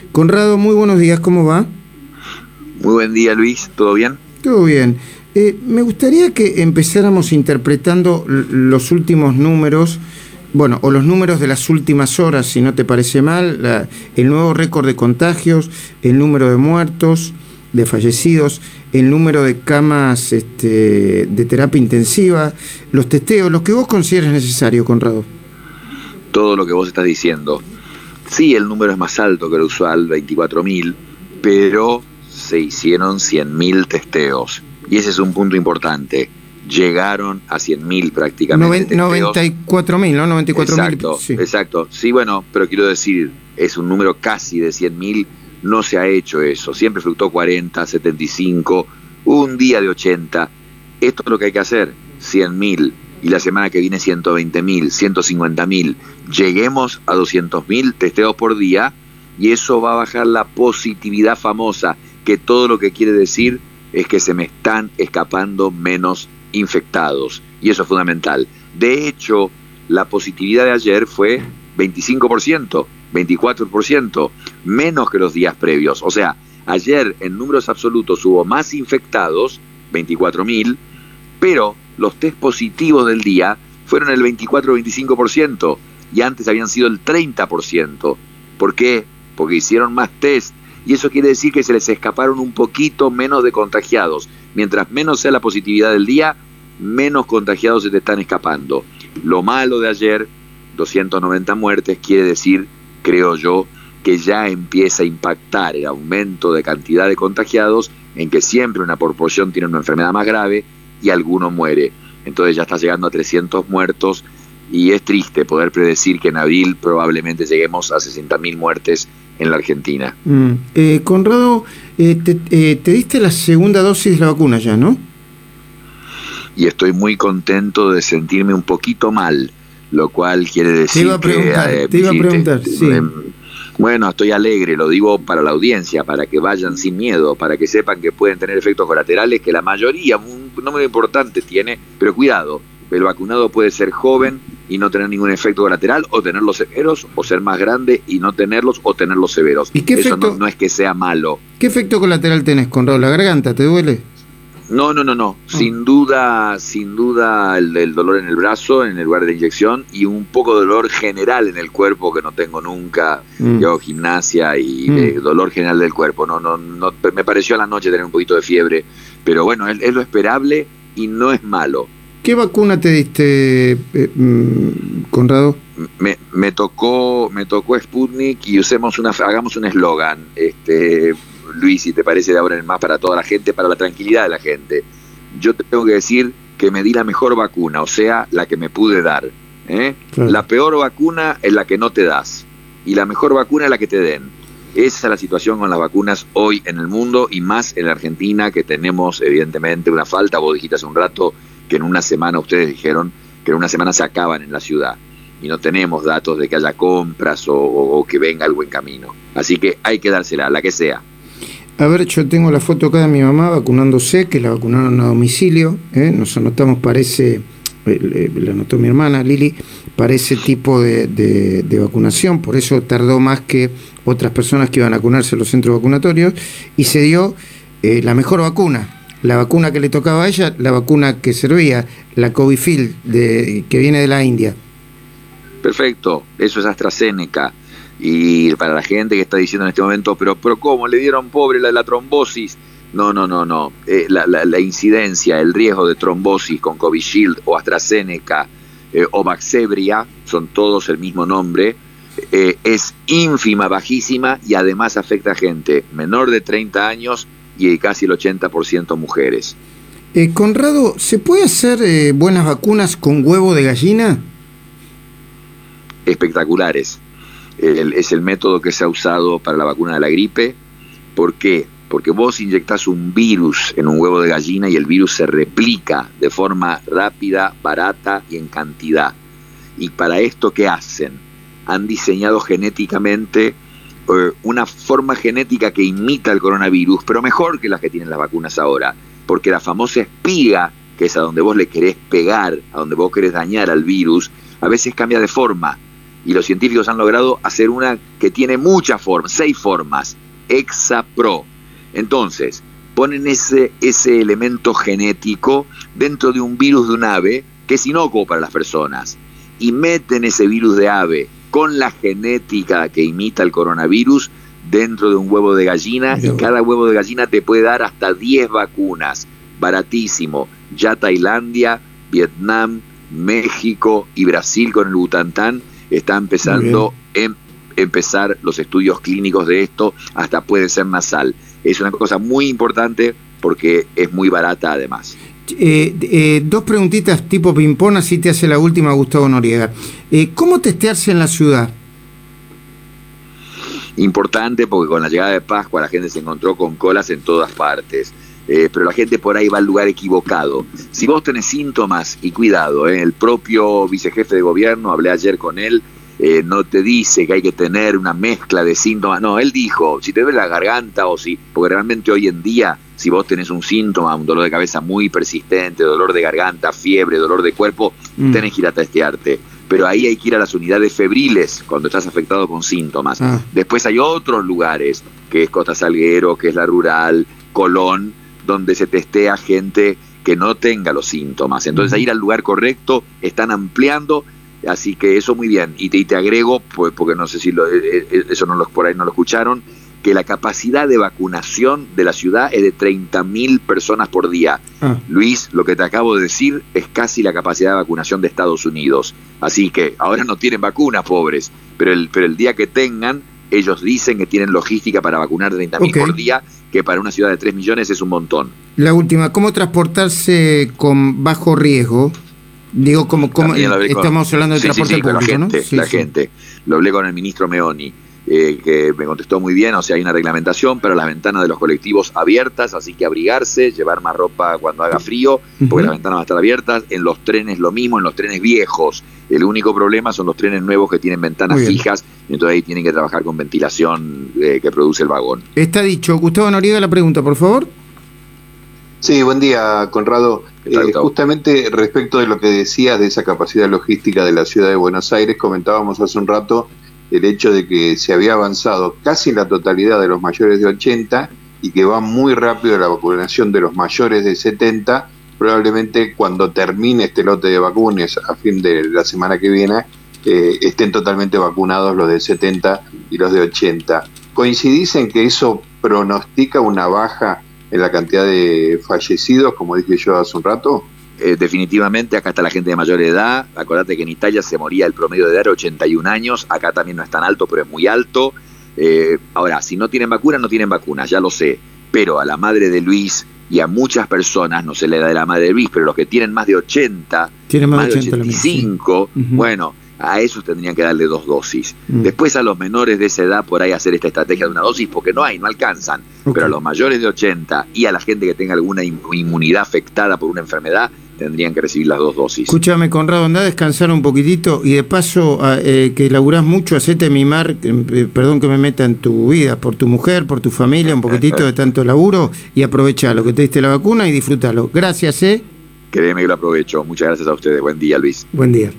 Conrado, muy buenos días, ¿cómo va? Muy buen día, Luis, ¿todo bien? Todo bien. Me gustaría que empezáramos interpretando los últimos números, bueno, o los números de las últimas horas, si no te parece mal, el nuevo récord de contagios, el número de muertos, de fallecidos, el número de camas de terapia intensiva, los testeos, lo que vos consideres necesario, Conrado. Todo lo que vos estás diciendo. Sí, el número es más alto que el usual, 24.000, pero se hicieron 100.000 testeos. Y ese es un punto importante. Llegaron a 100.000 prácticamente. 94.000, ¿no? 94.000. Exacto, sí. Exacto. Sí, bueno, pero quiero decir, es un número casi de 100.000. No se ha hecho eso. Siempre fluctuó 40, 75, un día de 80. Esto es lo que hay que hacer. 100.000. Y la semana que viene 120.000, 150.000. Lleguemos a 200.000 testeos por día y eso va a bajar la positividad famosa, que todo lo que quiere decir es que se me están escapando menos infectados. Y eso es fundamental. De hecho, la positividad de ayer fue 25%, 24%, menos que los días previos. O sea, ayer en números absolutos hubo más infectados, 24.000, pero los test positivos del día fueron el 24-25% y antes habían sido el 30%. ¿Por qué? Porque hicieron más test y eso quiere decir que se les escaparon un poquito menos de contagiados. Mientras menos sea la positividad del día, menos contagiados se te están escapando. Lo malo de ayer, 290 muertes, quiere decir, creo yo, que ya empieza a impactar el aumento de cantidad de contagiados en que siempre una proporción tiene una enfermedad más grave y alguno muere. Entonces ya está llegando a 300 muertos y es triste poder predecir que en abril probablemente lleguemos a 60.000 muertes en la Argentina. Conrado, te diste la segunda dosis de la vacuna ya, ¿no? Y estoy muy contento de sentirme un poquito mal, lo cual quiere decir te iba a preguntar, sí. Bueno, estoy alegre, lo digo para la audiencia, para que vayan sin miedo, para que sepan que pueden tener efectos colaterales, que la mayoría, un número importante tiene, pero cuidado, el vacunado puede ser joven y no tener ningún efecto colateral, o tenerlos severos, o ser más grande y no tenerlos, o tenerlos severos. ¿Y qué Eso efecto, no es que sea malo. ¿Qué efecto colateral tenés, Conrado? ¿La garganta te duele? No. Sin duda el dolor en el brazo, en el lugar de la inyección, y un poco de dolor general en el cuerpo que no tengo nunca. Yo hago gimnasia y dolor general del cuerpo. No, me pareció a la noche tener un poquito de fiebre, pero bueno, es lo esperable y no es malo. ¿Qué vacuna te diste, Conrado? Me tocó Sputnik y hagamos un eslogan, Luis, si te parece, de ahora en más, para toda la gente, para la tranquilidad de la gente. Yo te tengo que decir que me di la mejor vacuna, o sea, la que me pude dar. Claro. La peor vacuna es la que no te das y la mejor vacuna es la que te den. Esa es la situación con las vacunas hoy en el mundo y más en la Argentina, que tenemos evidentemente una falta. Vos dijiste hace un rato que en una semana, ustedes dijeron que en una semana se acaban en la ciudad y no tenemos datos de que haya compras o que venga algo en camino. Así que hay que dársela, la que sea. A ver, yo tengo la foto acá de mi mamá vacunándose, que la vacunaron a domicilio, nos anotamos, parece, la anotó mi hermana Lili, para ese tipo de vacunación, por eso tardó más que otras personas que iban a vacunarse en los centros vacunatorios, y se dio la mejor vacuna, la vacuna que le tocaba a ella, la vacuna que servía, la Covishield, que viene de la India. Perfecto, eso es AstraZeneca. Y para la gente que está diciendo en este momento, pero ¿cómo? ¿Le dieron pobre la trombosis? No. La incidencia, el riesgo de trombosis con Covishield o AstraZeneca o Vaxzevria, son todos el mismo nombre, es ínfima, bajísima, y además afecta a gente menor de 30 años y casi el 80% mujeres. Conrado, ¿se puede hacer buenas vacunas con huevo de gallina? Espectaculares. Es el método que se ha usado para la vacuna de la gripe. ¿Por qué? Porque vos inyectás un virus en un huevo de gallina y el virus se replica de forma rápida, barata y en cantidad. Y para esto, ¿qué hacen? Han diseñado genéticamente una forma genética que imita el coronavirus, pero mejor que las que tienen las vacunas ahora, porque la famosa espiga, que es a donde vos le querés pegar, a donde vos querés dañar al virus, a veces cambia de forma. y los científicos han logrado hacer una que tiene muchas formas, 6 formas, ExaPro. Entonces, ponen ese elemento genético dentro de un virus de un ave que es inocuo para las personas, y meten ese virus de ave con la genética que imita el coronavirus dentro de un huevo de gallina, y cada huevo de gallina te puede dar hasta 10 vacunas, baratísimo. Ya Tailandia, Vietnam, México y Brasil con el Butantan está empezando empezar los estudios clínicos de esto, hasta puede ser nasal. Es una cosa muy importante porque es muy barata además. 2 preguntitas tipo ping-pong, así te hace la última Gustavo Noriega. ¿Cómo testearse en la ciudad? Importante, porque con la llegada de Pascua la gente se encontró con colas en todas partes, pero la gente por ahí va al lugar equivocado. Si vos tenés síntomas, y cuidado, el propio vicejefe de gobierno, hablé ayer con él, no te dice que hay que tener una mezcla de síntomas, no, él dijo, si te duele la garganta porque realmente hoy en día, si vos tenés un síntoma, un dolor de cabeza muy persistente, dolor de garganta, fiebre, dolor de cuerpo, tenés que ir a testearte. Pero ahí hay que ir a las unidades febriles cuando estás afectado con síntomas. Después hay otros lugares, que es Costa Salguero, que es la Rural, Colón, donde se testea gente que no tenga los síntomas. Entonces, a ir al lugar correcto, están ampliando, así que eso muy bien. Y te agrego, pues, porque no sé si eso por ahí no lo escucharon, que la capacidad de vacunación de la ciudad es de 30.000 personas por día. Luis, lo que te acabo de decir es casi la capacidad de vacunación de Estados Unidos. Así que ahora no tienen vacunas, pobres, pero el día que tengan, ellos dicen que tienen logística para vacunar 30.000 por día, que para una ciudad de 3 millones es un montón. La última, ¿cómo transportarse con bajo riesgo? Digo, como estamos hablando de transporte público, la gente. Lo hablé con el ministro Meoni, que me contestó muy bien. O sea, hay una reglamentación para las ventanas de los colectivos abiertas, así que abrigarse, llevar más ropa cuando haga frío, porque las ventanas van a estar abiertas. En los trenes lo mismo, en los trenes viejos. El único problema son los trenes nuevos que tienen ventanas fijas, entonces ahí tienen que trabajar con ventilación que produce el vagón. Está dicho. Gustavo Noriega, la pregunta, por favor. Sí, buen día, Conrado. Justamente respecto de lo que decías de esa capacidad logística de la ciudad de Buenos Aires, comentábamos hace un rato el hecho de que se había avanzado casi la totalidad de los mayores de 80 y que va muy rápido la vacunación de los mayores de 70. Probablemente cuando termine este lote de vacunas a fin de la semana que viene, estén totalmente vacunados los de 70 y los de 80. ¿Coincidís en que eso pronostica una baja en la cantidad de fallecidos, como dije yo hace un rato? Definitivamente, acá está la gente de mayor edad. Acordate que en Italia se moría el promedio de edad de 81 años, acá también no es tan alto, pero es muy alto. Ahora, si no tienen vacunas, no tienen vacunas, ya lo sé, pero a la madre de Luis y a muchas personas, no se le da de la madre de Luis, pero los que tienen más de 80, más de 85, bueno, a esos tendrían que darle 2 dosis. Después a los menores de esa edad por ahí hacer esta estrategia de una dosis, porque no alcanzan. Pero a los mayores de 80 y a la gente que tenga alguna inmunidad afectada por una enfermedad, tendrían que recibir las 2 dosis. Escúchame, Conrado, andá a descansar un poquitito y de paso, que laburás mucho, hacete mimar, perdón que me meta en tu vida, por tu mujer, por tu familia, un poquitito de tanto laburo, y aprovechalo, que te diste la vacuna y disfrútalo. Gracias, Créeme que lo aprovecho. Muchas gracias a ustedes. Buen día, Luis. Buen día.